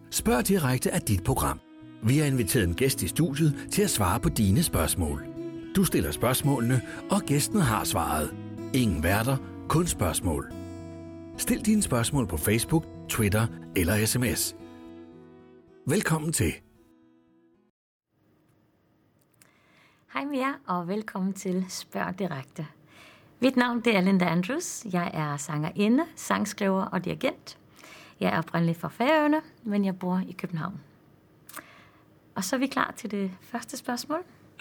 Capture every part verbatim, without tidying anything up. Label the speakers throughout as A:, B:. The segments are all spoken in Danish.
A: Spørg direkte af dit program. Vi har inviteret en gæst i studiet til at svare på dine spørgsmål. Du stiller spørgsmålene, og gæsten har svaret. Ingen værter, kun spørgsmål. Stil dine spørgsmål på Facebook, Twitter eller sms. Velkommen til.
B: Hej med jer, og velkommen til Spørg Direkte. Mit navn det er Linda Andrews. Jeg er sangerinde, sangskriver og dirigent. Jeg er oprindelig fra Færøerne, men jeg bor i København. Og så er vi klar til det første spørgsmål.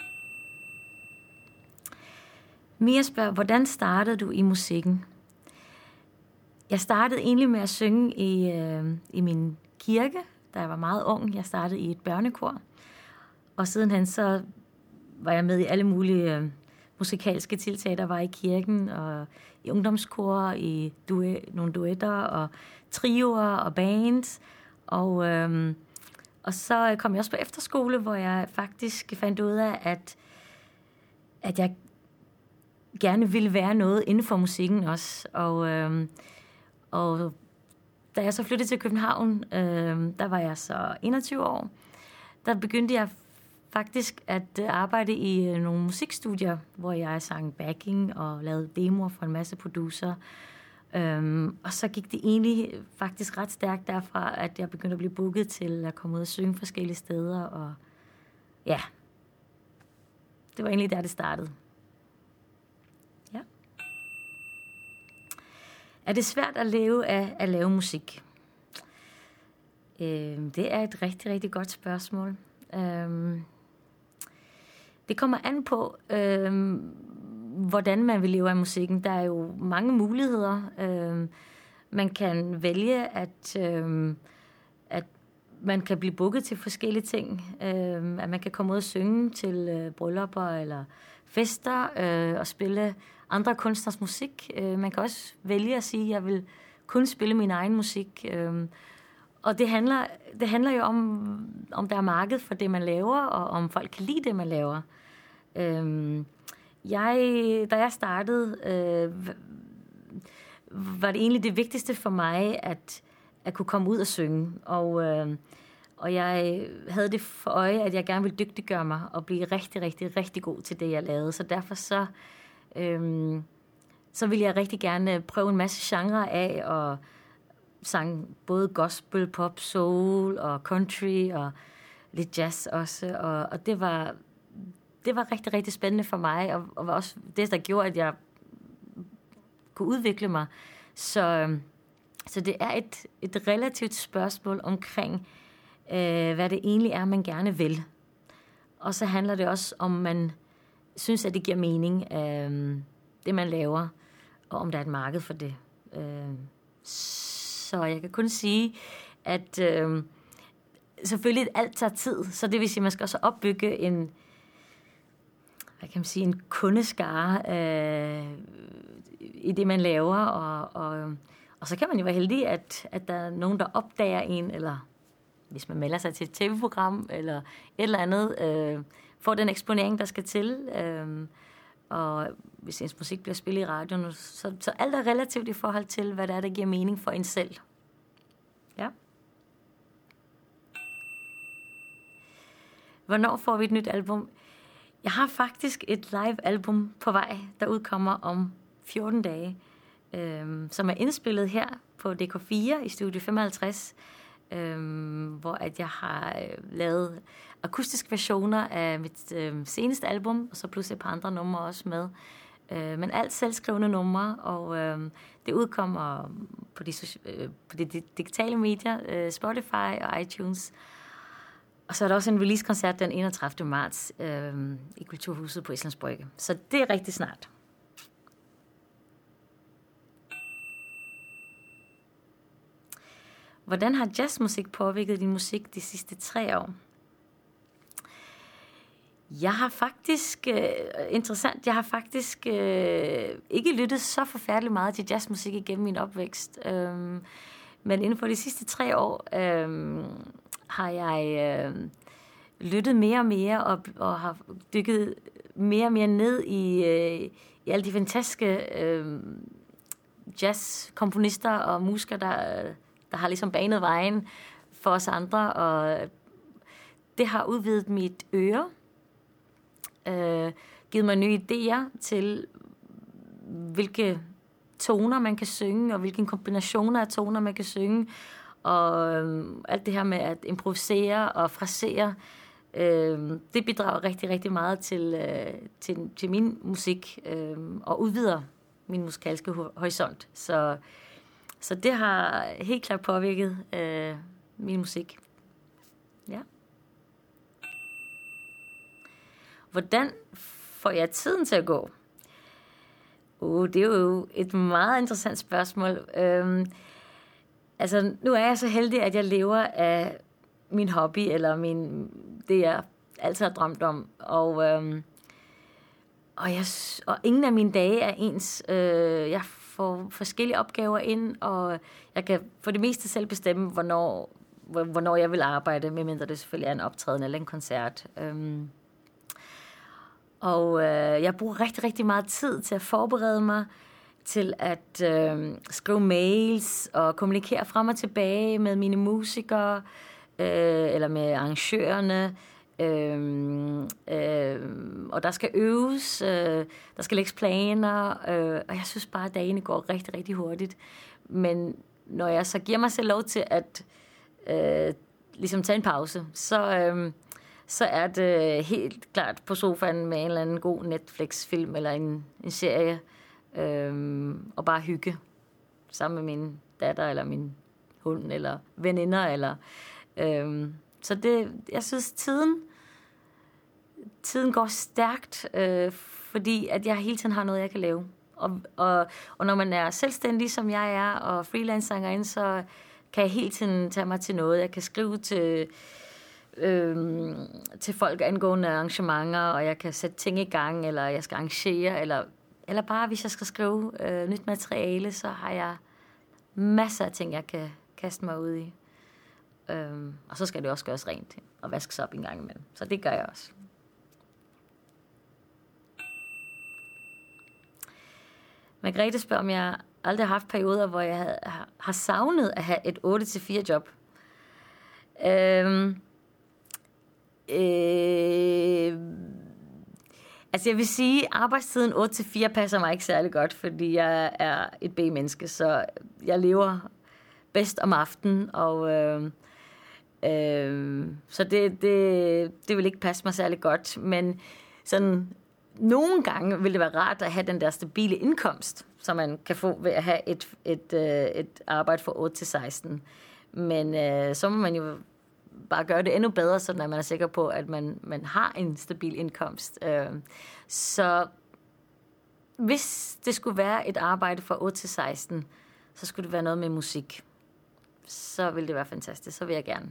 B: Mia spørger, hvordan startede du i musikken? Jeg startede egentlig med at synge i, øh, i min kirke, da jeg var meget ung. Jeg startede i et børnekor. Og sidenhen så var jeg med i alle mulige øh, musikalske tiltag, der var i kirken, og i ungdomskor, i duet, nogle duetter, og trioer og bands. Og, øh, og så kom jeg også på efterskole, hvor jeg faktisk fandt ud af, at, at jeg gerne ville være noget inden for musikken også. Og, øh, og da jeg så flyttede til København, øh, der var jeg så enogtyve år, der begyndte jeg faktisk at arbejde i nogle musikstudier, hvor jeg sang backing og lavede demoer for en masse producer. Um, og så gik det egentlig faktisk ret stærkt derfra, at jeg begyndte at blive booket til at komme ud og synge forskellige steder. Og ja, det var egentlig der, det startede. Ja. Er det svært at leve af at lave musik? Uh, det er et rigtig, rigtig godt spørgsmål. Uh, Det kommer an på, øh, hvordan man vil leve af musikken. Der er jo mange muligheder. Øh, man kan vælge, at, øh, at man kan blive booket til forskellige ting. Øh, at man kan komme ud og synge til øh, bryllupper eller fester øh, og spille andre kunstners musik. Øh, man kan også vælge at sige, at jeg vil kun spille min egen musik. Øh, og det handler, det handler jo om, om der er marked for det, man laver, og om folk kan lide det, man laver. Øhm, jeg, da jeg startede, øh, var det egentlig det vigtigste for mig, at, at kunne komme ud og synge. Og, øh, og jeg havde det for øje, at jeg gerne ville dygtiggøre mig og blive rigtig, rigtig, rigtig god til det, jeg lavede. Så derfor så, øh, så ville jeg rigtig gerne prøve en masse genrer af, og sang både gospel, pop, soul og country og lidt jazz også. Og, og det var... Det var rigtig, rigtig spændende for mig, og, og var også det, der gjorde, at jeg kunne udvikle mig. Så, så det er et, et relativt spørgsmål omkring, øh, hvad det egentlig er, man gerne vil. Og så handler det også om, man synes, at det giver mening, øh, det man laver, og om der er et marked for det. Øh, så jeg kan kun sige, at øh, selvfølgelig alt tager tid, så det vil sige, at man skal også opbygge en hvad kan man sige, en kundeskare øh, i det, man laver. Og, og, og så kan man jo være heldig, at, at der er nogen, der opdager en, eller hvis man melder sig til et tv-program, eller et eller andet, øh, får den eksponering, der skal til. Øh, og hvis ens musik bliver spillet i radioen, så, så alt er relativt i forhold til, hvad der er, der giver mening for en selv. Ja. Hvornår får vi et nyt album? Jeg har faktisk et live-album på vej, der udkommer om fjorten dage, øhm, som er indspillet her på D K fire i Studio femoghalvtreds, øhm, hvor at jeg har øh, lavet akustiske versioner af mit øh, seneste album, og så plus et par andre numre også med. Øh, men alt selvskrevne numre, og øh, det udkommer på de, øh, på de digitale medier, øh, Spotify og iTunes. Og så er der også en release-koncert den enogtredivte marts øh, i Kulturhuset på Islands Brygge. Så det er rigtig snart. Hvordan har jazzmusik påvirket din musik de sidste tre år? Jeg har faktisk, øh, interessant, jeg har faktisk øh, ikke lyttet så forfærdeligt meget til jazzmusik igennem min opvækst. Øh, men inden for de sidste tre år øh, har jeg øh, lyttet mere og mere og, og har dykket mere og mere ned i, øh, i alle de fantastiske øh, jazzkomponister og musikere, der, der har ligesom banet vejen for os andre, og det har udvidet mit øre, øh, givet mig nye idéer til, hvilke toner man kan synge, og hvilke kombinationer af toner man kan synge, og øh, alt det her med at improvisere og frasere, øh, det bidrager rigtig, rigtig meget til, øh, til, til min musik, øh, og udvider min musikalske horisont. Så, så det har helt klart påvirket øh, min musik. Ja. Hvordan får jeg tiden til at gå? Uh, det er jo et meget interessant spørgsmål. Øhm, altså, nu er jeg så heldig, at jeg lever af min hobby, eller min, det, jeg altid har drømt om. Og, øhm, og, jeg, og ingen af mine dage er ens. Øh, jeg får forskellige opgaver ind, og jeg kan for det meste selv bestemme, hvornår, hvornår jeg vil arbejde, medmindre det selvfølgelig er en optræden eller en koncert. Øhm, Og øh, jeg bruger rigtig, rigtig meget tid til at forberede mig, til at øh, skrive mails og kommunikere frem og tilbage med mine musikere, øh, eller med arrangørerne. Øh, øh, og der skal øves, øh, der skal lægges planer, øh, og jeg synes bare, at dagene går rigtig, rigtig hurtigt. Men når jeg så giver mig selv lov til at øh, ligesom tage en pause, så... Øh, så er det helt klart på sofaen med en eller anden god Netflix-film eller en, en serie, øhm, og bare hygge sammen med min datter eller min hund eller veninder. Eller, øhm, så det, jeg synes, tiden, tiden går stærkt, øh, fordi at jeg hele tiden har noget, jeg kan lave. Og, og, og når man er selvstændig, som jeg er, og freelancerinde, så kan jeg hele tiden tage mig til noget. Jeg kan skrive til... Øhm, til folk angående arrangementer, og jeg kan sætte ting i gang, eller jeg skal arrangere, eller, eller bare hvis jeg skal skrive øh, nyt materiale, så har jeg masser af ting, jeg kan kaste mig ud i. Øhm, og så skal det også gøres rent og vaskes op en gang imellem. Så det gør jeg også. Margrethe spørger, om jeg aldrig har haft perioder, hvor jeg har, har savnet at have et otte til fire job. Øhm, Øh, altså jeg vil sige, at arbejdstiden otte til fire passer mig ikke særlig godt, fordi jeg er et B-menneske, så jeg lever bedst om aftenen, og øh, øh, så det, det, det vil ikke passe mig særlig godt, men sådan nogle gange vil det være rart at have den der stabile indkomst, som man kan få ved at have et, et, et, et arbejde fra otte til seksten, men øh, så må man jo bare gøre det endnu bedre, så man er sikker på, at man, man har en stabil indkomst. Så hvis det skulle være et arbejde fra otte til seksten, så skulle det være noget med musik. Så ville det være fantastisk. Så vil jeg gerne.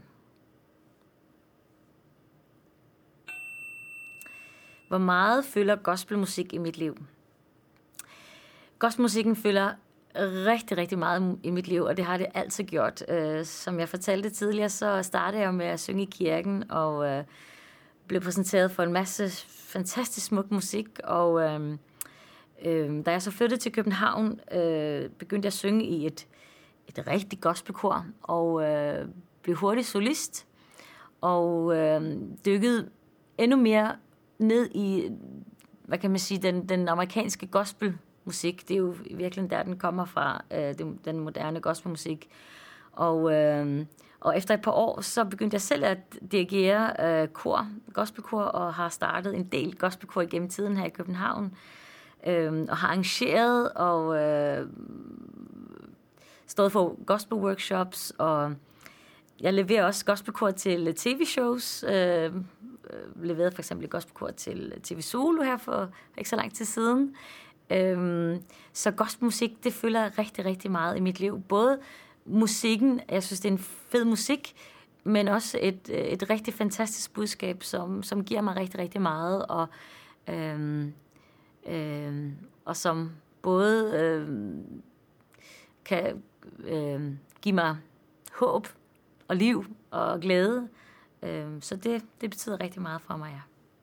B: Hvor meget fylder gospelmusik i mit liv? Gospelmusikken fylder rigtig, rigtig meget i mit liv, og det har det altid gjort. Uh, som jeg fortalte tidligere, så startede jeg med at synge i kirken, og uh, blev præsenteret for en masse fantastisk smuk musik, og uh, uh, da jeg så flyttede til København, uh, begyndte jeg at synge i et, et rigtig gospelkor, og uh, blev hurtigt solist, og uh, dykkede endnu mere ned i, hvad kan man sige, den, den amerikanske gospel musik. Det er jo virkelig der, den kommer fra, øh, den, den moderne gospelmusik. Og, øh, og efter et par år, så begyndte jeg selv at dirigere øh, kor, gospelkor, og har startet en del gospelkor igennem tiden her i København. Øh, og har arrangeret og øh, stået for gospelworkshops, og jeg leverer også gospelkor til tv-shows. Øh, leverede for eksempel et gospelkor til T V Zulu her for ikke så lang tid siden. Øhm, så gospelmusik, det fylder rigtig, rigtig meget i mit liv. Både musikken, jeg synes, det er en fed musik, men også et, et rigtig fantastisk budskab, som, som giver mig rigtig, rigtig meget, og, øhm, øhm, og som både øhm, kan øhm, give mig håb og liv og glæde. Øhm, så det, det betyder rigtig meget for mig, ja.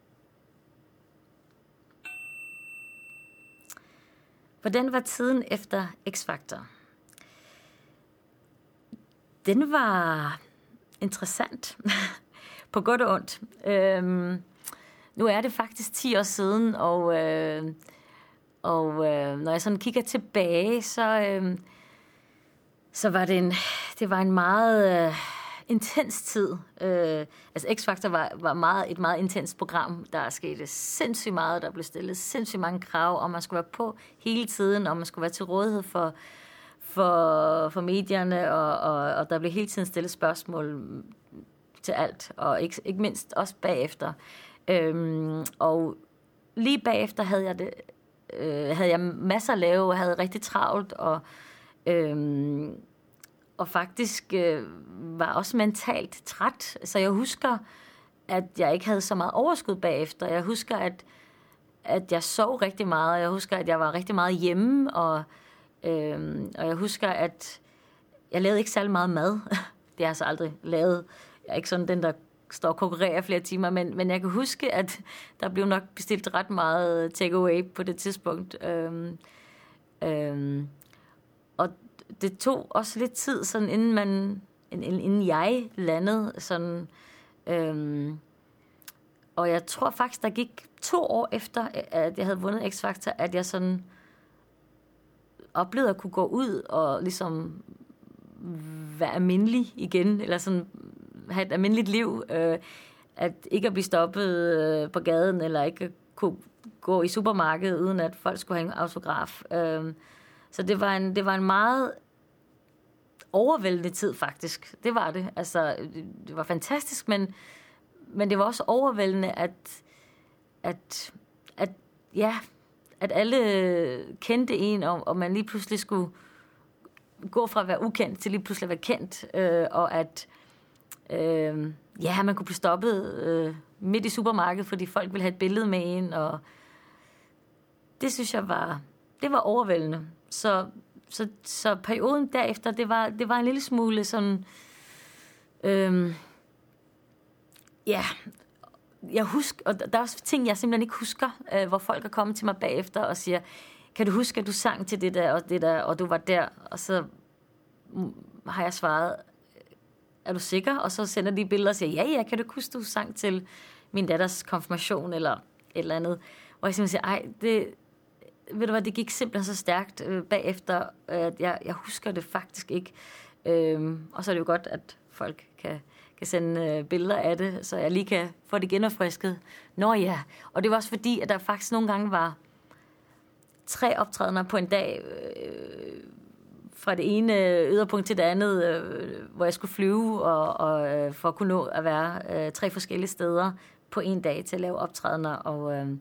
B: Hvordan var tiden efter X-Factor? Den var interessant. På godt og ondt. Øhm, nu er det faktisk ti år siden, og, øh, og øh, når jeg sådan kigger tilbage, så, øh, så var det en, det var en meget øh, intens tid. Øh, altså X-Factor var, var meget, et meget intenst program. Der skete sindssygt meget, der blev stillet sindssygt mange krav, og man skulle være på hele tiden, og man skulle være til rådighed for, for, for medierne, og, og, og der blev hele tiden stillet spørgsmål til alt, og ikke, ikke mindst også bagefter. Øhm, og lige bagefter havde jeg det, øh, havde jeg masser at lave, og havde rigtig travlt, og, øhm, og faktisk øh, var også mentalt træt. Så jeg husker, at jeg ikke havde så meget overskud bagefter. Jeg husker, at, at jeg sov rigtig meget. Jeg husker, at jeg var rigtig meget hjemme, og, øhm, og jeg husker, at jeg lavede ikke særlig meget mad. Det har jeg så aldrig lavet. Jeg er ikke sådan den, der står og konkurrerer flere timer, men, men jeg kan huske, at der blev nok bestilt ret meget takeaway på det tidspunkt. Øhm, øhm, og det tog også lidt tid, sådan, inden, man, inden jeg landede. Sådan, øhm, og jeg tror faktisk, der gik to år efter, at jeg havde vundet X-Factor, at jeg sådan oplevede at kunne gå ud og ligesom være almindelig igen, eller sådan have et almindeligt liv, øh, at ikke at blive stoppet øh, på gaden, eller ikke at kunne gå i supermarkedet, uden at folk skulle have en autograf. Øh, så det var, en, det var en meget overvældende tid, faktisk. Det var det. Altså, det, det var fantastisk, men, men det var også overvældende, at, at, at, ja, at alle kendte en, og, og man lige pludselig skulle gå fra at være ukendt til lige pludselig at være kendt, øh, og at øh, ja, man kunne blive stoppet øh, midt i supermarkedet, fordi folk ville have et billede med en, og det synes jeg var, det var overvældende. Så, så, så perioden derefter, det var, det var en lille smule sådan, øh, ja, jeg husker, og der er også ting, jeg simpelthen ikke husker, øh, hvor folk er kommet til mig bagefter og siger, kan du huske, at du sang til det der og det der, og du var der, og så har jeg svaret, er du sikker? Og så sender de billeder og siger, ja, ja, kan du huske, du sang til min datters konfirmation, eller et eller andet. Og jeg simpelthen siger, ej, det, ved du hvad, det gik simpelthen så stærkt øh, bagefter, at jeg, jeg husker det faktisk ikke. Øhm, og så er det jo godt, at folk kan, kan sende øh, billeder af det, så jeg lige kan få det genopfrisket. Nå ja, og det var også fordi, at der faktisk nogle gange var tre optrædener på en dag, øh, fra det ene yderpunkt til det andet, øh, hvor jeg skulle flyve, og, og øh, for at kunne nå at være øh, tre forskellige steder på en dag til at lave optrædener. Og øh,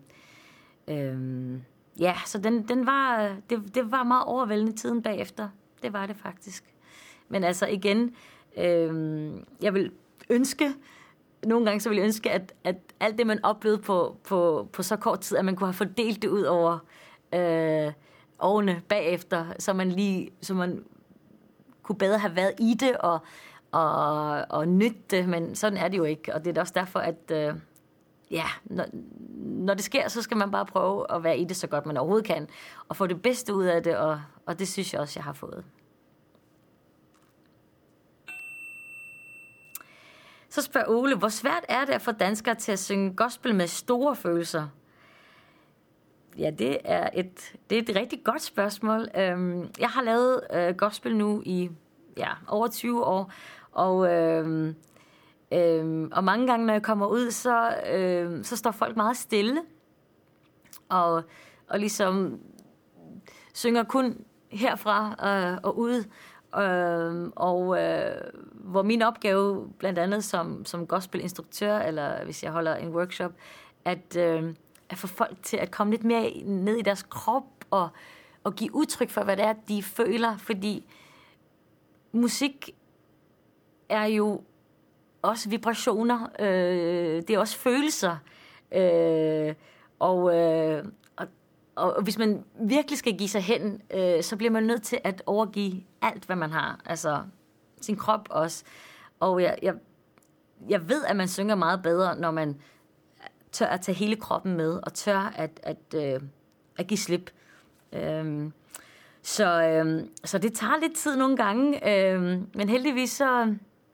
B: øh, ja, så den, den var, det, det var meget overvældende tiden bagefter. Det var det faktisk. Men altså igen, øh, jeg vil ønske, nogle gange så vil jeg ønske, at, at alt det, man oplevede på, på, på så kort tid, at man kunne have fordelt det ud over øh, årene bagefter, så man lige, så man kunne bedre have været i det og, og, og nytte det, men sådan er det jo ikke, og det er også derfor, at øh, ja, når, når det sker, så skal man bare prøve at være i det så godt man overhovedet kan, og få det bedste ud af det, og, og det synes jeg også, jeg har fået. Så spørger Ole, hvor svært er det at få danskere til at synge gospel med store følelser? Ja, det er et, det er et rigtig godt spørgsmål. Jeg har lavet øh, gospel nu i ja, over tyve år, og, øh, øh, og mange gange, når jeg kommer ud, så, øh, så står folk meget stille, og, og ligesom synger kun herfra øh, og ud, øh, og øh, hvor min opgave, blandt andet som, som gospelinstruktør, eller hvis jeg holder en workshop, at øh, at få folk til at komme lidt mere ned i deres krop og, og give udtryk for, hvad det er, de føler. Fordi musik er jo også vibrationer. Øh, det er også følelser. Øh, og, øh, og, og hvis man virkelig skal give sig hen, øh, så bliver man nødt til at overgive alt, hvad man har. Altså sin krop også. Og jeg, jeg, jeg ved, at man synger meget bedre, når man tør at tage hele kroppen med, og tør at, at, øh, at give slip. Øhm, så, øh, så det tager lidt tid nogle gange, øh, men heldigvis så,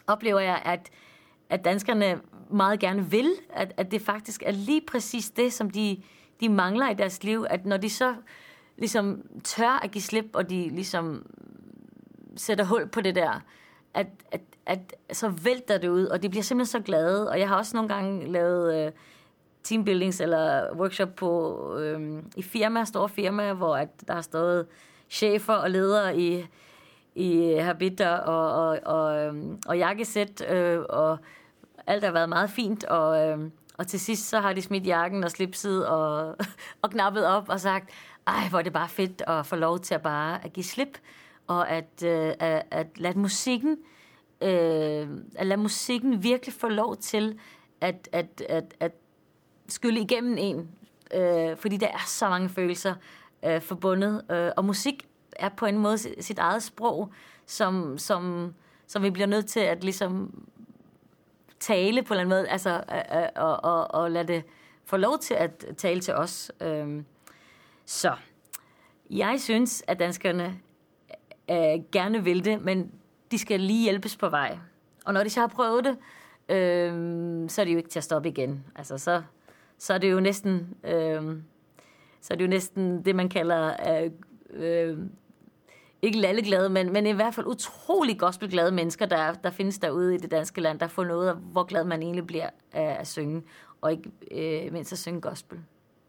B: oplever jeg, at, at danskerne meget gerne vil, at, at det faktisk er lige præcis det, som de, de mangler i deres liv, at når de så ligesom tør at give slip, og de ligesom sætter hul på det der, at, at, at så vælter det ud, og de bliver simpelthen så glade. Og jeg har også nogle gange lavet øh, teambuildings eller workshop på øh, i firmaer, store firmaer, hvor at der har stået chefer og ledere i, i habiter og, og, og, og jakkesæt, øh, og alt har været meget fint, og, øh, og til sidst så har de smidt jakken og slipset og, og knappet op og sagt, ej, hvor er det bare fedt at få lov til at bare at give slip, og at, øh, at, at lade musikken øh, at lade musikken virkelig få lov til at, at, at, at skylle igennem en, øh, fordi der er så mange følelser øh, forbundet, øh, og musik er på en måde sit eget sprog, som, som, som vi bliver nødt til at ligesom tale på en eller anden måde, altså, øh, øh, og, og, og lade det få lov til at tale til os. Øh. Så jeg synes, at danskerne øh, gerne vil det, men de skal lige hjælpes på vej. Og når de så har prøvet det, øh, så er det jo ikke til at stoppe igen. Altså, så, så er det jo næsten, øh, så er det jo næsten det, man kalder, øh, øh, ikke lalleglade, men, men i hvert fald utrolig gospelglade mennesker, der, der findes derude i det danske land, der får noget af, hvor glad man egentlig bliver af at synge, og ikke øh, mindst at synge gospel.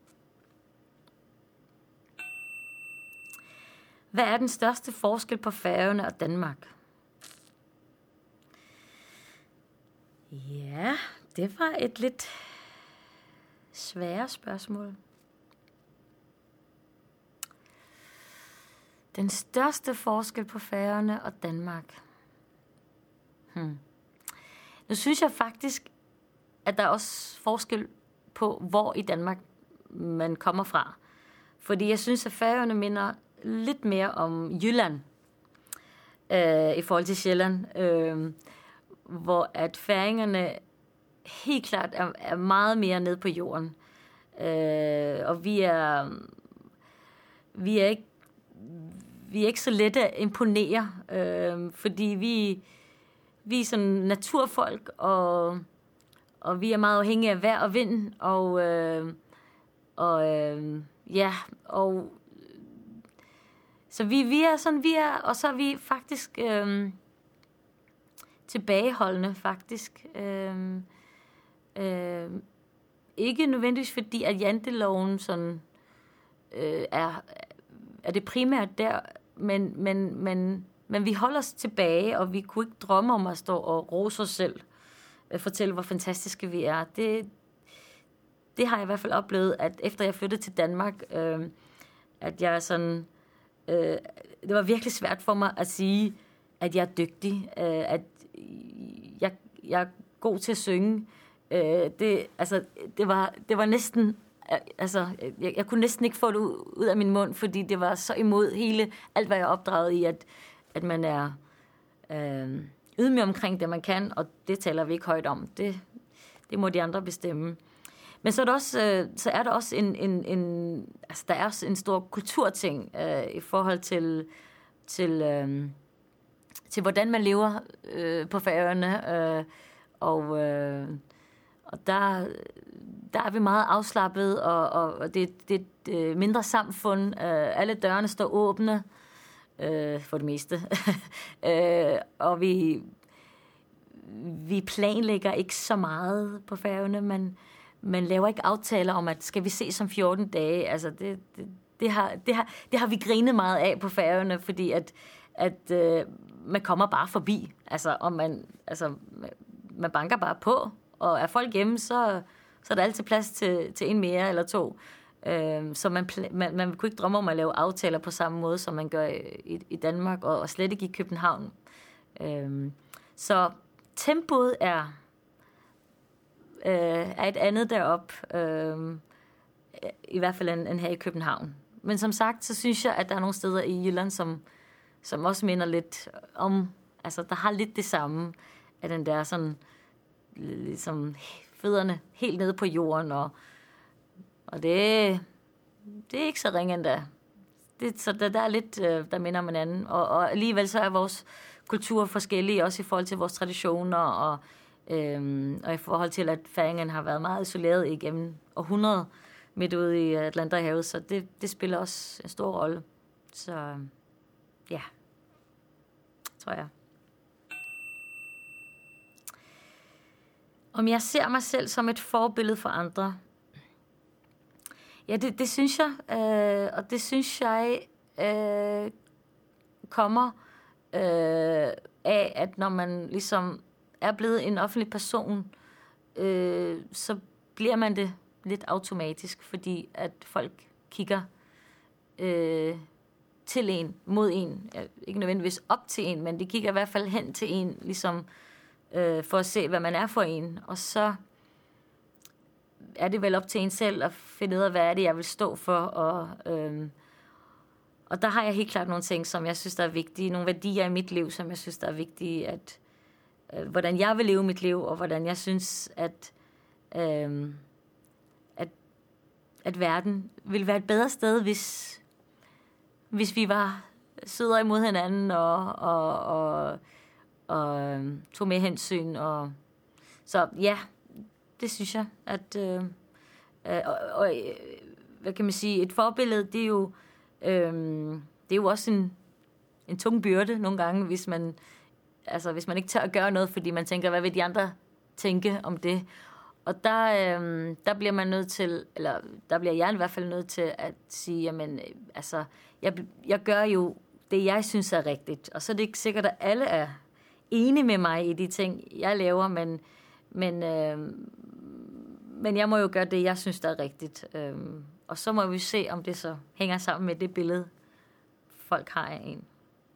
B: Hvad er den største forskel på Færøerne og Danmark? Ja, det var et lidt svære spørgsmål. Den største forskel på Færøerne og Danmark. Hmm. Nu synes jeg faktisk, at der er også forskel på, hvor i Danmark man kommer fra. Fordi jeg synes, at Færøerne minder lidt mere om Jylland øh, i forhold til Sjælland, øh, hvor at færingerne helt klart er, er meget mere nede på jorden. Øh, og vi er vi er ikke vi er ikke så lette at imponere, øh, fordi vi vi er sådan naturfolk, og og vi er meget afhængige af vejr og vind, og øh, og øh, ja, og så vi, vi er sådan, vi er, og så er vi faktisk øh, tilbageholdende, faktisk. Øh, øh, ikke nødvendigvis fordi, at janteloven sådan, øh, er, er det primært der, men, men, men, men vi holder os tilbage, og vi kunne ikke drømme om at stå og rose os selv, øh, fortælle, hvor fantastiske vi er. Det, det har jeg i hvert fald oplevet, at efter jeg flyttede til Danmark, øh, at jeg sådan... Øh, det var virkelig svært for mig at sige, at jeg er dygtig, øh, at jeg, jeg er god til at synge. Øh, det, altså, det, var, det var næsten... Altså, jeg, jeg kunne næsten ikke få det ud, ud af min mund, fordi det var så imod hele alt, hvad jeg opdraget i, at, at man er øh, ydmyg omkring det, man kan, og det taler vi ikke højt om. Det, det må de andre bestemme. Men så er der også, øh, så er der også en, en, en, altså der er også en stor kulturting øh, i forhold til, til, øh, til hvordan man lever øh, på Færøerne, øh, og, øh, og der, der er vi meget afslappet, og, og det, det er et øh, mindre samfund. Øh, alle dørene står åbne, øh, for det meste, øh, og vi, vi planlægger ikke så meget på Færøerne, men man laver ikke aftaler om, at skal vi ses om fjorten dage. Altså, det, det, det, har, det, har, det har vi grinet meget af på Færøerne, fordi at, at øh, man kommer bare forbi. Altså, og man, altså, man banker bare på, og er folk hjemme, så, så er der altid plads til, til en mere eller to. Øh, så man, man, man kunne ikke drømme om at lave aftaler på samme måde, som man gør i, i Danmark, og, og slet ikke i København. Øh, så tempoet er... Øh, er et andet derop, øh, i hvert fald end, end her i København. Men som sagt, så synes jeg, at der er nogle steder i Jylland, som, som også minder lidt om, altså der har lidt det samme, af den der sådan, ligesom fødderne helt nede på jorden, og, og det, det er ikke så ringe endda. Det, så der, der er lidt, der minder om hinanden, og, og alligevel så er vores kulturer forskellige, også i forhold til vores traditioner, og, øhm, og i forhold til, at færingerne har været meget isoleret igennem århundreder midt ude i Atlanterhavet, så det, det spiller også en stor rolle. Så ja, tror jeg. Om jeg ser mig selv som et forbillede for andre? Ja, det, det synes jeg, øh, og det synes jeg øh, kommer øh, af, at når man ligesom er blevet en offentlig person, øh, så bliver man det lidt automatisk, fordi at folk kigger øh, til en, mod en, ikke nødvendigvis op til en, men de kigger i hvert fald hen til en, ligesom øh, for at se, hvad man er for en, og så er det vel op til en selv at finde ud af, hvad er det, jeg vil stå for, og, øhm, og der har jeg helt klart nogle ting, som jeg synes, der er vigtige, nogle værdier i mit liv, som jeg synes, der er vigtige, at øh, hvordan jeg vil leve mit liv, og hvordan jeg synes, at, øh, at, at verden ville være et bedre sted, hvis, hvis vi var sødere imod hinanden, og, og, og, og øh, tog mere hensyn, og så ja, det synes jeg, at øh, øh, og, og, hvad kan man sige, et forbillede, det er jo øh, det er jo også en, en tung byrde nogle gange, hvis man altså hvis man ikke tør at gøre noget, fordi man tænker, hvad vil de andre tænke om det? Og der øh, der bliver man nødt til, eller der bliver jeg i hvert fald nødt til at sige, jamen altså jeg jeg gør jo det, jeg synes er rigtigt, og så er det ikke sikkert, at alle er enige med mig i de ting, jeg laver, men men øh, Men jeg må jo gøre det, jeg synes, der er rigtigt. Øhm, og så må vi se, om det så hænger sammen med det billede, folk har af en.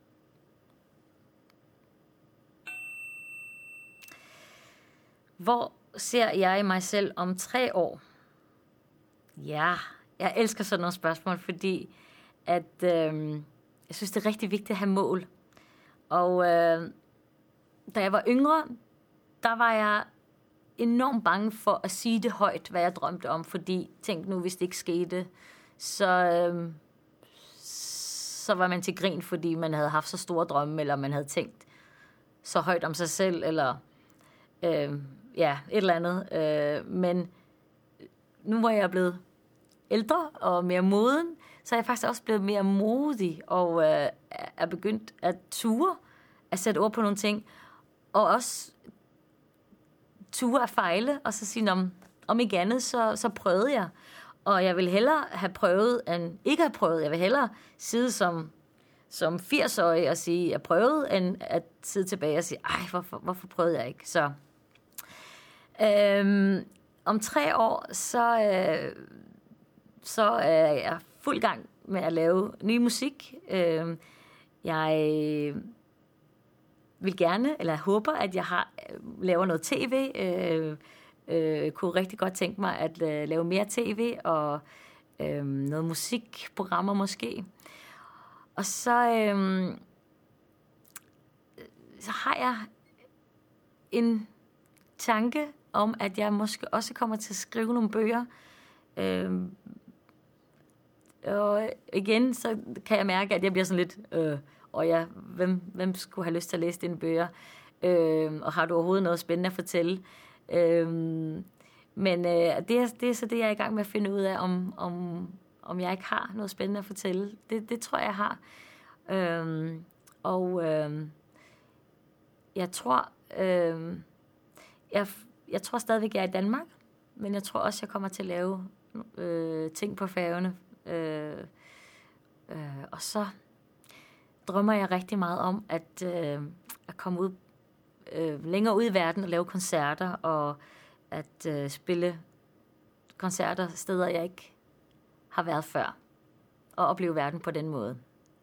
B: Hvor ser jeg mig selv om tre år? Ja, jeg elsker sådan nogle spørgsmål, fordi at, øhm, jeg synes, det er rigtig vigtigt at have mål. Og øh, da jeg var yngre, der var jeg enormt bange for at sige det højt, hvad jeg drømte om, fordi tænk nu, hvis det ikke skete, så, øh, så var man til grin, fordi man havde haft så store drømme, eller man havde tænkt så højt om sig selv, eller øh, ja, et eller andet. Øh, men nu hvor jeg er blevet ældre og mere moden, så er jeg faktisk også blevet mere modig, og øh, er begyndt at ture, at sætte ord på nogle ting, og også ture at fejle, og så sige, om, om ikke andet, så, så prøvede jeg. Og jeg vil hellere have prøvet, end ikke have prøvet. Jeg vil hellere sidde som, som firs-årig og sige, jeg prøvede, end at sidde tilbage og sige, ej, hvorfor, hvorfor prøvede jeg ikke? Så øhm, om tre år, så, øh, så er jeg fuld gang med at lave ny musik. Øh, jeg vil gerne, eller håber, at jeg har laver noget tv. Øh, øh, kunne rigtig godt tænke mig at øh, lave mere tv og øh, noget musikprogrammer måske. Og så, øh, så har jeg en tanke om, at jeg måske også kommer til at skrive nogle bøger. Øh, og igen, så kan jeg mærke, at jeg bliver sådan lidt... Øh, og ja, hvem, hvem skulle have lyst til at læse dine bøger? Øh, og har du overhovedet noget spændende at fortælle? Øh, men øh, det, er, det er så det, jeg er i gang med at finde ud af, om, om, om jeg ikke har noget spændende at fortælle. Det, det tror jeg, jeg har. Øh, og øh, jeg tror, øh, jeg, jeg tror stadigvæk, jeg er i Danmark, men jeg tror også, jeg kommer til at lave øh, ting på Færøerne. Øh, øh, og så drømmer jeg rigtig meget om at, øh, at komme ud øh, længere ud i verden og lave koncerter og at øh, spille koncerter steder, jeg ikke har været før, og opleve verden på den måde.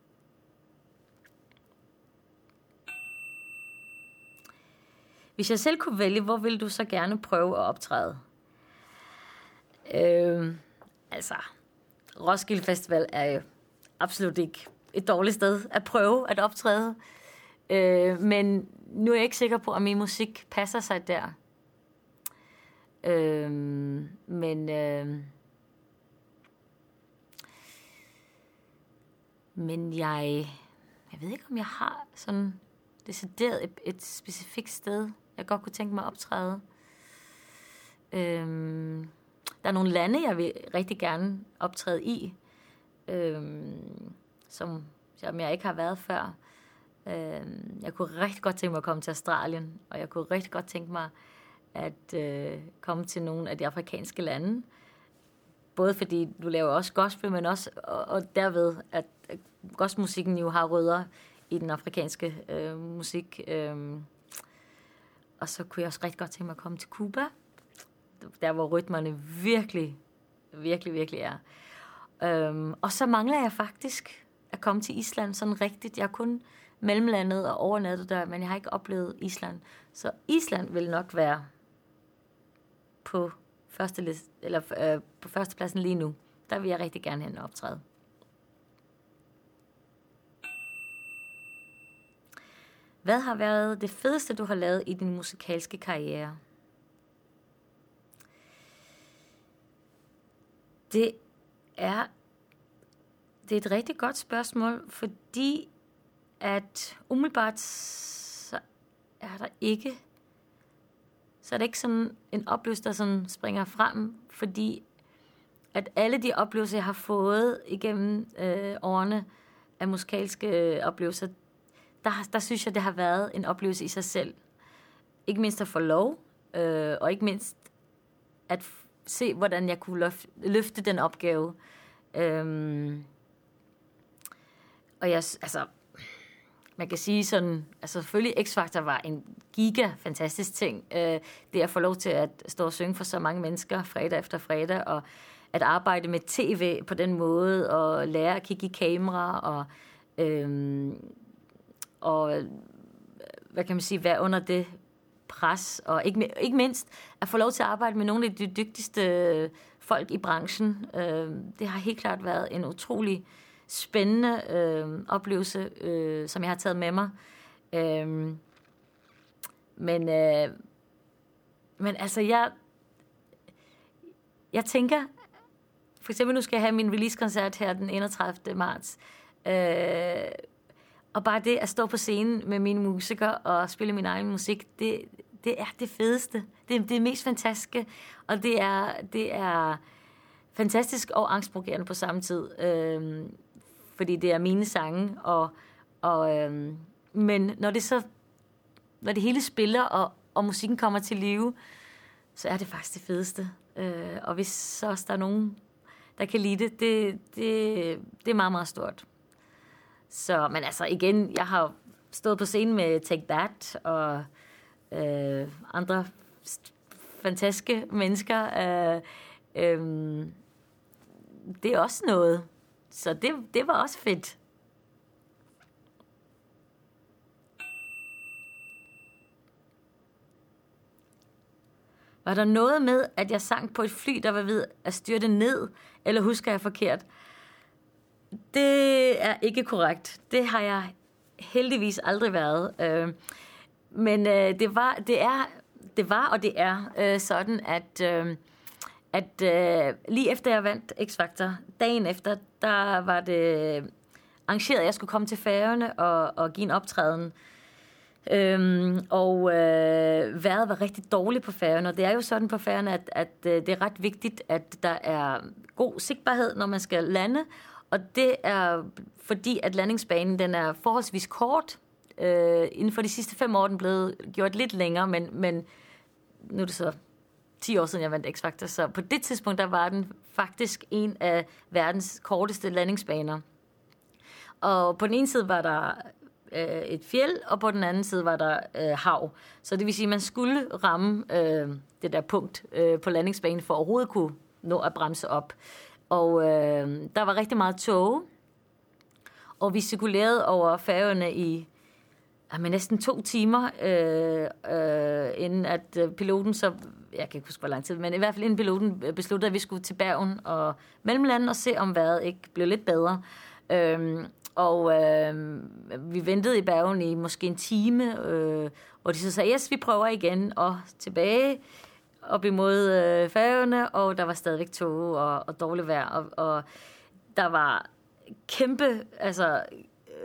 B: Hvis jeg selv kunne vælge, hvor ville du så gerne prøve at optræde? Øh, altså, Roskilde Festival er jo absolut ikke et dårligt sted at prøve at optræde. Øh, men nu er jeg ikke sikker på, om min musik passer sig der. Øh, men øh, men jeg jeg ved ikke, om jeg har sådan decideret et, et specifikt sted, jeg godt kunne tænke mig at optræde. Øhm, der er nogle lande, jeg vil rigtig gerne optræde i, øhm, som, som jeg ikke har været før. Øhm, jeg kunne rigtig godt tænke mig at komme til Australien, og jeg kunne rigtig godt tænke mig at øh, komme til nogle af de afrikanske lande. Både fordi du laver også gospel, men også og, og derved, at gospelmusikken jo har rødder i den afrikanske øh, musik. Øh, og så kunne jeg også rigtig godt tænke mig at komme til Cuba, der hvor rytmerne virkelig, virkelig, virkelig er. Øh, og så mangler jeg faktisk at komme til Island sådan rigtigt. Jeg har kun mellemlandet og overnattet der, men jeg har ikke oplevet Island. Så Island vil nok være på første list, eller øh, på førstepladsen lige nu. Der vil jeg rigtig gerne hen og optræde. Hvad har været det fedeste, du har lavet i din musikalske karriere? Det er, det er et rigtig godt spørgsmål, fordi at umiddelbart så er der ikke, så er det ikke sådan en oplevelse, der sådan springer frem, fordi at alle de oplevelser, jeg har fået igennem øh, årene af musikalske øh, oplevelser, der, der synes jeg, det har været en oplevelse i sig selv. Ikke mindst at få lov, øh, og ikke mindst at f- se, hvordan jeg kunne løfte, løfte den opgave. Øhm, og jeg, altså, man kan sige sådan, altså selvfølgelig X-Factor var en giga fantastisk ting. Øh, det at få lov til at stå og synge for så mange mennesker fredag efter fredag, og at arbejde med tv på den måde, og lære at kigge i kamera, og, øhm, og hvad kan man sige, være under det pres, og ikke, ikke mindst at få lov til at arbejde med nogle af de dygtigste folk i branchen. Øh, det har helt klart været en utrolig spændende øh, oplevelse, øh, som jeg har taget med mig. Øh, men, øh, men altså, jeg, jeg tænker, for eksempel nu skal jeg have min release-koncert her den enogtredivte marts, øh, og bare det at stå på scenen med mine musikere og spille min egen musik, det, det er det fedeste. Det er det mest fantastiske, og det er, det er fantastisk og angstprovokerende på samme tid. Øh, fordi det er mine sange, og, og, øhm, men når det så, når det hele spiller, og, og musikken kommer til live, så er det faktisk det fedeste. Øh, og hvis så også der er nogen, der kan lide det, det, det, det er meget, meget stort. Så, men altså igen, jeg har stået på scenen med Take That, og øh, andre fantastiske mennesker. Øh, øh, det er også noget. Så det, det var også fedt. Var der noget med, at jeg sang på et fly, der var ved at styrte ned, eller husker jeg forkert? Det er ikke korrekt. Det har jeg heldigvis aldrig været. Øh, men øh, det var, det er, det var og det er øh, sådan, at øh, at øh, lige efter jeg vandt X-Factor, dagen efter, der var det arrangeret, at jeg skulle komme til Færøerne og, og give en optræden. Øhm, og øh, vejret var rigtig dårligt på Færøerne, og det er jo sådan på Færøerne, at, at øh, det er ret vigtigt, at der er god sigtbarhed, når man skal lande, og det er fordi, at landingsbanen den er forholdsvis kort. Øh, inden for de sidste fem år er den blevet gjort lidt længere, men, men nu er det så ti år siden, jeg vandt X-Factor, så på det tidspunkt, der var den faktisk en af verdens korteste landingsbaner. Og på den ene side var der øh, et fjeld, og på den anden side var der øh, hav. Så det vil sige, at man skulle ramme øh, det der punkt øh, på landingsbanen, for at overhovedet kunne nå at bremse op. Og øh, der var rigtig meget tåge, og vi cirkulerede over Færøerne i jamen, næsten to timer, øh, øh, inden at øh, piloten så, jeg kan ikke huske, hvor lang tid, men i hvert fald inden piloten besluttede, at vi skulle til Bergen og mellemlande og se, om vejret ikke blev lidt bedre. Øh, og øh, vi ventede i Bergen i måske en time, øh, og de så sagde, yes, vi prøver igen, og tilbage op imod øh, Færøerne, og der var stadigvæk tåge og, og dårligt vejr, og, og der var kæmpe, altså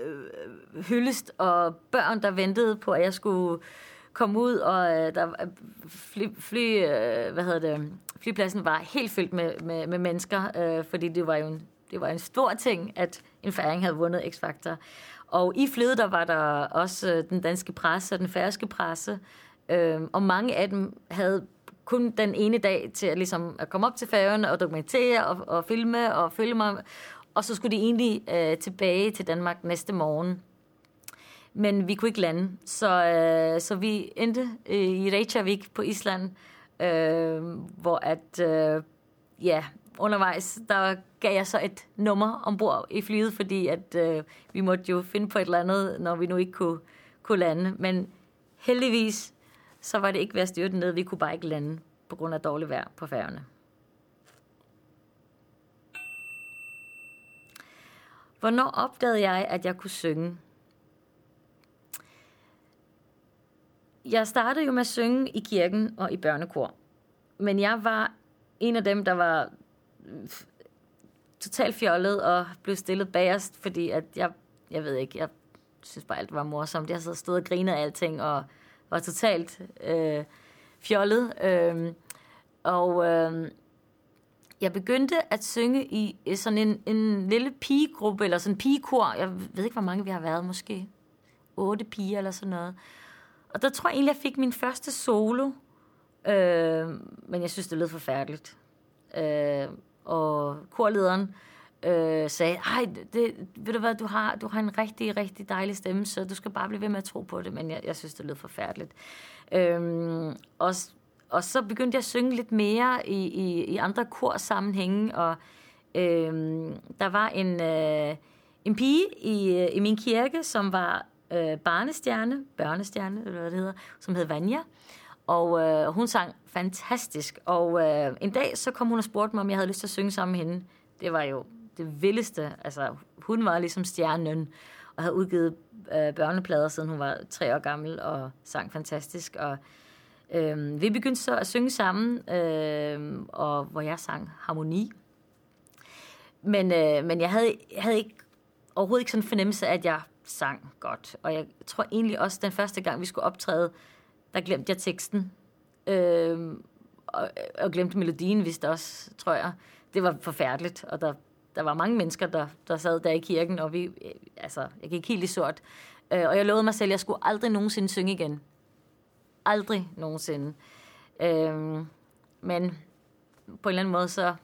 B: øh, hyldest, og børn, der ventede på, at jeg skulle komme ud, og øh, der fly, fly øh, hvad hedder det, flypladsen var helt fyldt med, med, med mennesker, øh, fordi det var jo en, det var en stor ting, at en færing havde vundet X-Factor. Og i flyet, der var der også øh, den danske presse og den færøske presse, øh, og mange af dem havde kun den ene dag til at, ligesom, at komme op til Færøerne og dokumentere og, og filme og følge mig, og så skulle de egentlig øh, tilbage til Danmark næste morgen. Men vi kunne ikke lande, så, øh, så vi endte øh, i Reykjavik på Island, øh, hvor at, øh, ja, undervejs, der gav jeg så et nummer ombord i flyet, fordi at øh, vi måtte jo finde på et eller andet, når vi nu ikke kunne, kunne lande. Men heldigvis, så var det ikke ved at styrte ned. Vi kunne bare ikke lande på grund af dårligt vejr på Færøerne. Hvornår opdagede jeg, at jeg kunne synge? Jeg startede jo med at synge i kirken og i børnekor. Men jeg var en af dem, der var totalt fjollet og blev stillet bagerst, fordi at jeg, jeg ved ikke, jeg synes bare, alt var morsomt. Jeg sad stod og grinede af alting og var totalt øh, fjollet. Øh, og øh, jeg begyndte at synge i sådan en, en lille pigegruppe, eller sådan en pigekor. Jeg ved ikke, hvor mange vi har været, måske otte piger eller sådan noget. Og der tror jeg egentlig, jeg fik min første solo, øh, men jeg synes, det lød forfærdeligt. Øh, og korlederen øh, sagde, ej, det, ved du hvad, du har, du har en rigtig, rigtig dejlig stemme, så du skal bare blive ved med at tro på det, men jeg, jeg synes, det lød forfærdeligt. Øh, og, og så begyndte jeg at synge lidt mere i, i, i andre korsammenhænge, og øh, der var en, øh, en pige i, i min kirke, som var øh, barnestjerne, børnestjerne, eller hvad det hedder, som hed Vanja. Og øh, hun sang fantastisk. Og øh, en dag, så kom hun og spurgte mig, om jeg havde lyst til at synge sammen med hende. Det var jo det vildeste. Altså, hun var ligesom stjernen, og havde udgivet øh, børneplader, siden hun var tre år gammel, og sang fantastisk. Og øh, vi begyndte så at synge sammen, øh, og hvor jeg sang harmoni. Men, øh, men jeg, havde, jeg havde ikke, overhovedet ikke sådan en fornemmelse af, at jeg sang godt. Og jeg tror egentlig også, den første gang, vi skulle optræde, der glemte jeg teksten, øh, og, og glemte melodien, vist også, tror jeg. Det var forfærdeligt, og der, der var mange mennesker, der, der sad der i kirken, og vi, altså, jeg gik helt i sort. Øh, og jeg lovede mig selv, at jeg skulle aldrig nogensinde synge igen. Aldrig nogensinde. Øh, men på en eller anden måde, så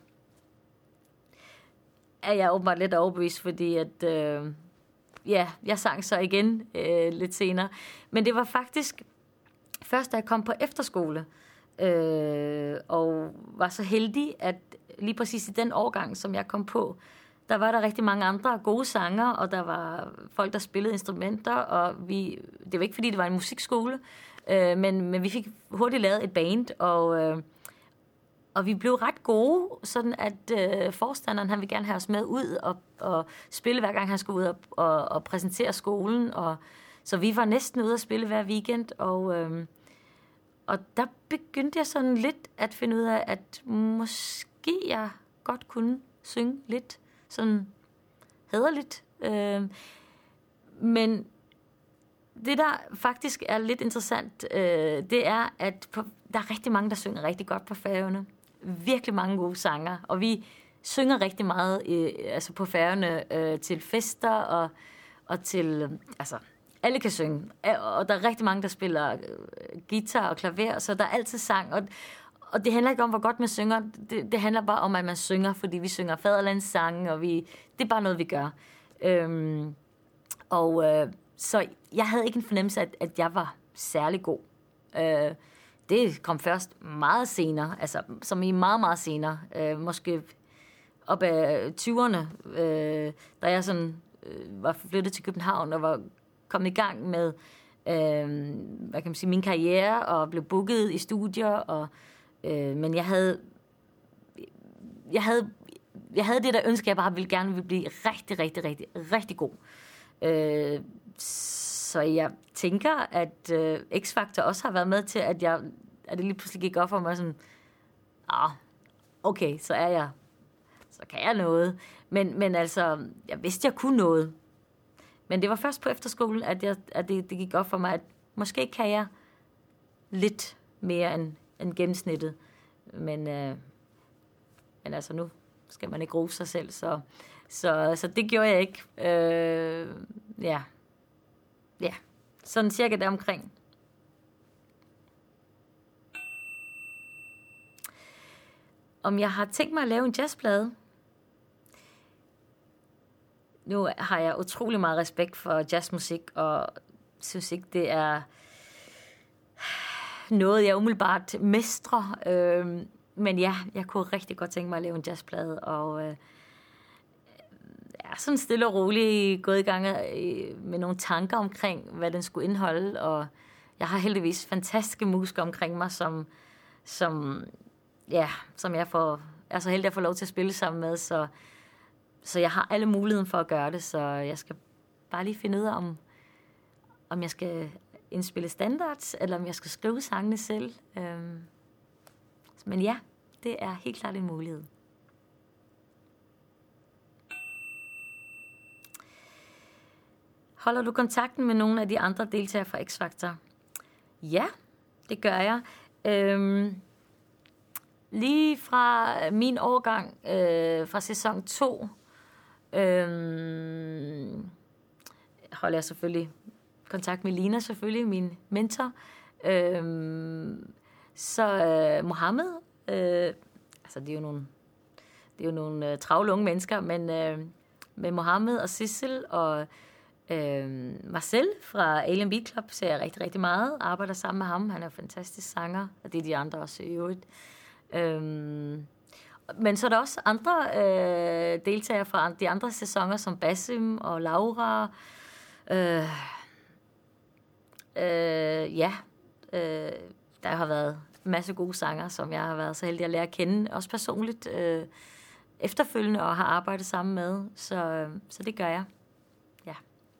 B: er jeg åbenbart lidt overbevist, fordi at, øh, ja, jeg sang så igen øh, lidt senere. Men det var faktisk først, da jeg kom på efterskole, øh, og var så heldig, at lige præcis i den årgang, som jeg kom på, der var der rigtig mange andre gode sanger, og der var folk, der spillede instrumenter, og vi, det var ikke, fordi det var en musikskole, øh, men, men vi fik hurtigt lavet et band, og, øh, og vi blev ret gode, sådan at øh, forstanderen, han ville gerne have os med ud og, og spille, hver gang han skulle ud og, og, og præsentere skolen, og så vi var næsten ude at spille hver weekend, og, øhm, og der begyndte jeg sådan lidt at finde ud af, at måske jeg godt kunne synge lidt, sådan hæderligt. Øhm, men det, der faktisk er lidt interessant, øh, det er, at på, der er rigtig mange, der synger rigtig godt på Færøerne. Virkelig mange gode sanger, og vi synger rigtig meget øh, altså på Færøerne øh, til fester og, og til, øh, altså alle kan synge, og der er rigtig mange, der spiller guitar og klaver, så der er altid sang, og, og det handler ikke om, hvor godt man synger, det, det handler bare om, at man synger, fordi vi synger faderlandssange, og vi, det er bare noget, vi gør. Øhm, og øh, så jeg havde ikke en fornemmelse af, at, at jeg var særlig god. Øh, det kom først meget senere, altså som i meget, meget senere, øh, måske op af tyverne, øh, da jeg sådan øh, var flyttet til København og var kom i gang med øh, hvad kan man sige, min karriere og blev booket i studier, og, øh, men jeg havde, jeg havde jeg havde det der ønske, jeg bare ville gerne ville blive rigtig, rigtig, rigtig, rigtig god. Øh, så jeg tænker, at øh, X-Factor også har været med til, at jeg at det lige pludselig gik op for mig sådan, ah, okay, så er jeg, så kan jeg noget. Men, men altså, jeg vidste, jeg kunne noget. men det var først på efterskolen, at, jeg, at det, det gik op for mig, at måske kan jeg lidt mere end, end gennemsnittet. Men, øh, men altså nu skal man ikke rose sig selv, så, så, så det gjorde jeg ikke. Øh, ja. ja, sådan cirka deromkring. Om jeg har tænkt mig at lave en jazzplade? Nu har jeg utrolig meget respekt for jazzmusik, og synes ikke, det er noget, jeg umiddelbart mestrer. Øh, men ja, jeg kunne rigtig godt tænke mig at lave en jazzplade, og øh, ja, sådan stille og roligt gået i gang med nogle tanker omkring, hvad den skulle indeholde, og jeg har heldigvis fantastiske musikere omkring mig, som, som, ja, som jeg får, er så heldig at få lov til at spille sammen med, så, så jeg har alle muligheden for at gøre det, så jeg skal bare lige finde ud af, om, om jeg skal indspille standards, eller om jeg skal skrive sangene selv. Øhm, men ja, det er helt klart en mulighed. Holder du kontakten med nogle af de andre deltagere fra X-Factor? Ja, det gør jeg. Øhm, lige fra min årgang, øh, fra sæson to, øh, holder jeg selvfølgelig kontakt med Lina, selvfølgelig, min mentor. Øh, så øh, Mohammed, øh, altså det er jo nogle, det er jo nogle øh, travle unge mennesker, men øh, med Mohammed og Sissel og øh, Marcel fra Alien Beat Club ser jeg rigtig, rigtig meget. Arbejder sammen med ham. Han er en fantastisk sanger, og det er de andre også i øvrigt. Øh, men så er der også andre øh, deltagere fra de andre sæsoner, som Basim og Laura. Øh, øh, ja, øh, der har været en masse gode sanger, som jeg har været så heldig at lære at kende, også personligt øh, efterfølgende, og har arbejdet sammen med. Så, så det gør jeg. Ja.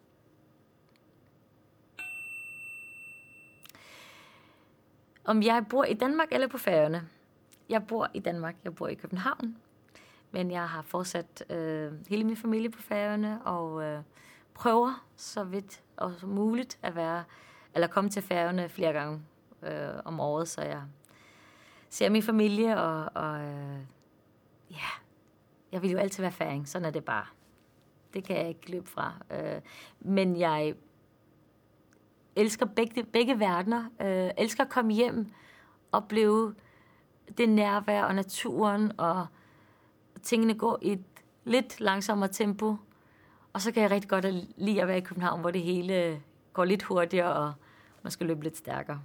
B: Om jeg bor i Danmark eller på Færøerne? Jeg bor i Danmark. Jeg bor i København. Men jeg har fortsat øh, hele min familie på Færøerne, og øh, prøver så vidt og så muligt at være, eller komme til Færøerne flere gange øh, om året, så jeg ser min familie, og, og øh, ja, jeg vil jo altid være færing. Sådan er det bare. Det kan jeg ikke løbe fra. Øh, men jeg elsker begge, begge verdener. Øh, elsker at komme hjem, opleve det nærvær og naturen, og tingene går i et lidt langsommere tempo. Og så kan jeg rigtig godt lide at være i København, hvor det hele går lidt hurtigere, og man skal løbe lidt stærkere.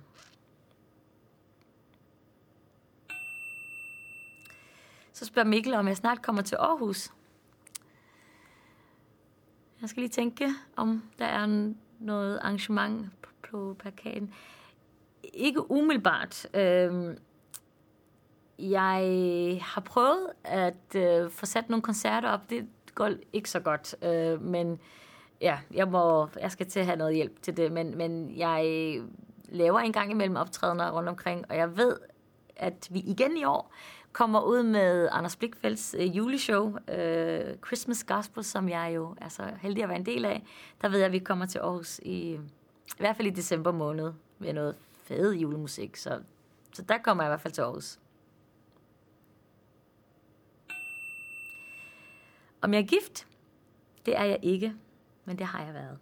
B: Så spørger Mikkel, om jeg snart kommer til Aarhus. Jeg skal lige tænke, om der er noget arrangement på plakaten. Ikke umiddelbart. Jeg har prøvet at få sat nogle koncerter op. Det går ikke så godt, men ja, jeg, må, jeg skal til at have noget hjælp til det. Men, men jeg laver en gang imellem optrædener rundt omkring, og jeg ved, at vi igen i år kommer ud med Anders Blichfeldts øh, juleshow, øh, Christmas Gospel, som jeg jo er så heldig at være en del af. Der ved jeg, at vi kommer til Aarhus i, i hvert fald i december måned med noget fed julemusik. Så, så der kommer jeg i hvert fald til Aarhus. Om jeg er gift? Det er jeg ikke, men det har jeg været.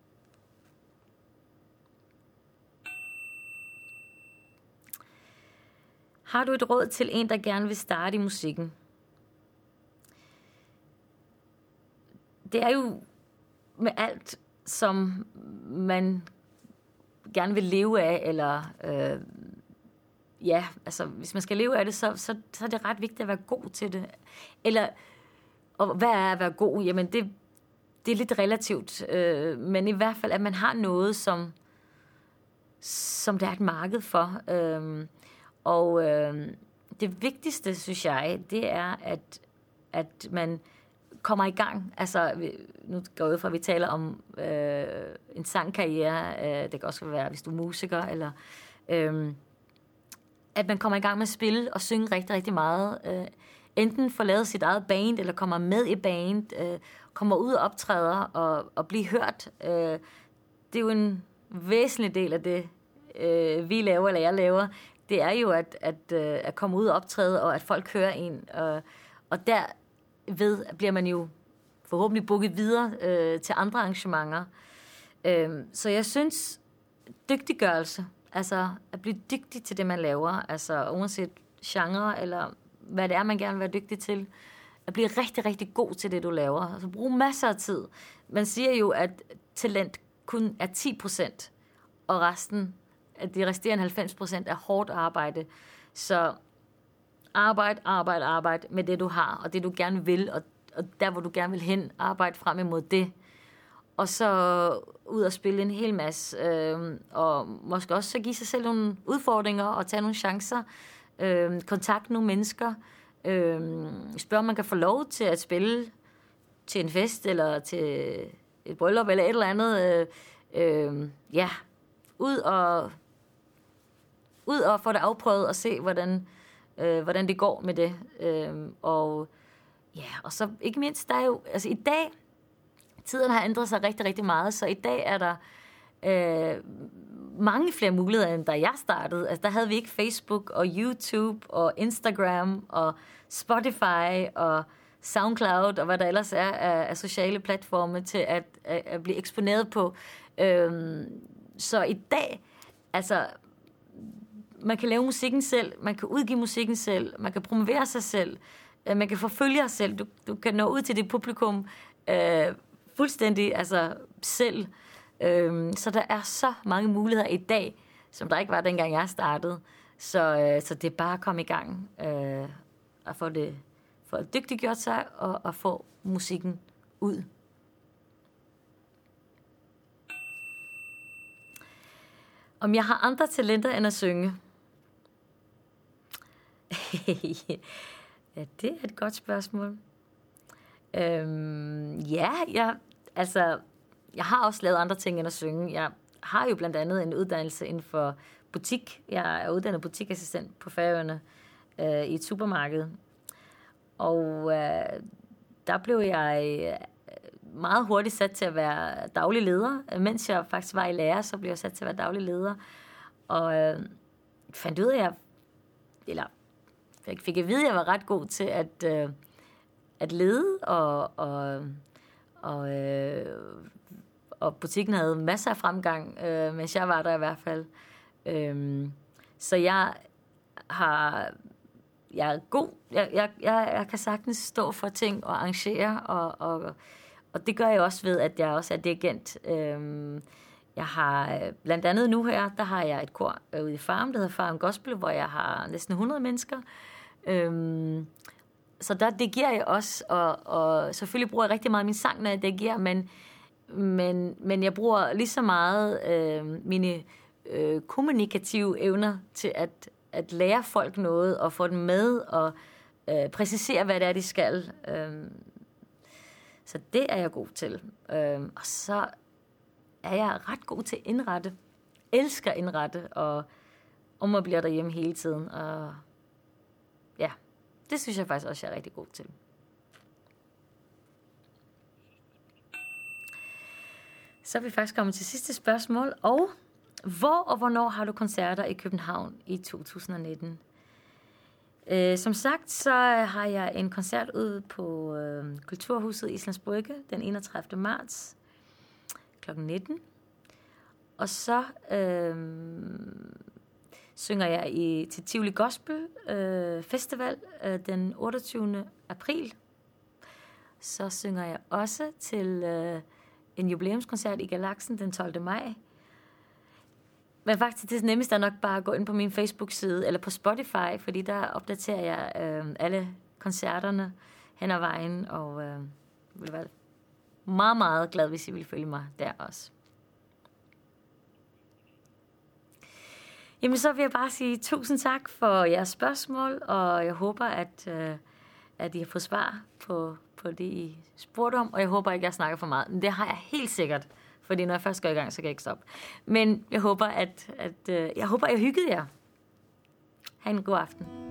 B: Har du et råd til en, der gerne vil starte i musikken? Det er jo med alt, som man gerne vil leve af, eller øh, ja, altså hvis man skal leve af det, så, så, så er det ret vigtigt at være god til det. Eller, og hvad er at være god? Jamen det, det er lidt relativt, øh, men i hvert fald, at man har noget, som, som der er et marked for. Øh, Og øh, det vigtigste, synes jeg, det er, at, at man kommer i gang. Altså, nu går jeg ud fra, at vi taler om øh, en sangkarriere. Øh, det kan også være, hvis du er musiker. Eller, øh, at man kommer i gang med at spille og synge rigtig, rigtig meget. Øh, enten får lavet sit eget band, eller kommer med i band, øh, kommer ud og optræder og, og bliver hørt. Øh, det er jo en væsentlig del af det, øh, vi laver, eller jeg laver. Det er jo at, at, øh, at komme ud og optræde, og at folk hører en. Og, og derved bliver man jo forhåbentlig booket videre øh, til andre arrangementer. Øh, så jeg synes, dygtiggørelse, altså at blive dygtig til det, man laver, altså uanset genre, eller hvad det er, man gerne vil være dygtig til, at blive rigtig, rigtig god til det, du laver. Altså brug masser af tid. Man siger jo, at talent kun er ti procent, og resten, at de resterende halvfems procent er hårdt arbejde. Så arbejde, arbejde, arbejde med det, du har, og det, du gerne vil, og, og der, hvor du gerne vil hen, arbejde frem imod det. Og så ud og spille en hel masse, øh, og måske også så give sig selv nogle udfordringer, og tage nogle chancer, øh, kontakte nogle mennesker, øh, spørge, om man kan få lov til at spille til en fest, eller til et bryllup, eller et eller andet. Øh, øh, ja, ud og, ud og få det afprøvet, og se, hvordan, øh, hvordan det går med det. Øh, og ja, og så ikke mindst, der er jo, altså i dag, tiden har ændret sig rigtig, rigtig meget, så i dag er der øh, mange flere muligheder, end da jeg startede. Altså, der havde vi ikke Facebook og YouTube og Instagram og Spotify og SoundCloud og hvad der ellers er af, af sociale platforme til at, at, at blive eksponeret på. Øhm, så i dag, altså, man kan lave musikken selv, man kan udgive musikken selv, man kan promovere sig selv, øh, man kan forfølge sig selv, du, du kan nå ud til dit publikum øh, fuldstændig altså selv. Øhm, så der er så mange muligheder i dag, som der ikke var, dengang jeg startede. Så, øh, så det er bare at komme i gang øh, og få det for at dygtiggjort sig og, og få musikken ud. Om jeg har andre talenter end at synge? Ja, det er et godt spørgsmål. Øhm, ja, jeg, altså, jeg har også lavet andre ting end at synge. Jeg har jo blandt andet en uddannelse inden for butik. Jeg er uddannet butikassistent på Færøerne øh, i et supermarked. Og øh, der blev jeg meget hurtigt sat til at være daglig leder. Mens jeg faktisk var i lærer, så blev jeg sat til at være daglig leder. Og øh, fandt ud af, at jeg, eller jeg fik at vide, at jeg var ret god til at, øh, at lede, og, og, og, øh, og butikken havde masser af fremgang, øh, mens jeg var der i hvert fald. Øh, så jeg har... Jeg er god. Jeg, jeg, jeg, jeg kan sagtens stå for ting og arrangere, og, og, og det gør jeg også ved, at jeg også er dirigent. Øhm, jeg har blandt andet nu her, der har jeg et kor ude i Farum, der hedder Farum Gospel, hvor jeg har næsten hundrede mennesker. Øhm, så der dirigerer jeg også, og, og selvfølgelig bruger jeg rigtig meget min sang, når jeg dirigerer, men, men, men jeg bruger lige så meget øh, mine øh, kommunikative evner til at at lære folk noget, og få dem med, og øh, præcisere, hvad det er, de skal. Øhm, så det er jeg god til. Øhm, og så er jeg ret god til at indrette. Elsker indrette, og umøblerer derhjemme hele tiden. Og ja, det synes jeg faktisk også, jeg er rigtig god til. Så er vi faktisk kommet til sidste spørgsmål, og hvor og hvornår har du koncerter i København i to tusind nitten? Øh, som sagt, så har jeg en koncert ude på øh, Kulturhuset Islands Brygge den enogtredivte marts klokken nitten. Og så øh, synger jeg i, til Tivoli Gospel øh, Festival øh, den otteogtyvende april. Så synger jeg også til øh, en jubilæumskoncert i Galaksen den tolvte maj. Men faktisk det nemmeste er nok bare at gå ind på min Facebook-side eller på Spotify, fordi der opdaterer jeg øh, alle koncerterne hen ad vejen, og øh, vil være meget, meget glad, hvis I vil følge mig der også. Jamen så vil jeg bare sige tusind tak for jeres spørgsmål, og jeg håber, at, øh, at I har fået svar på, på det, I spurgte om, og jeg håber ikke, jeg snakker for meget. Men det har jeg helt sikkert. Fordi når jeg først går i gang, så kan jeg ikke stoppe. Men jeg håber, at, at, øh, jeg håber, at jeg hyggede jer. Ha' en god aften.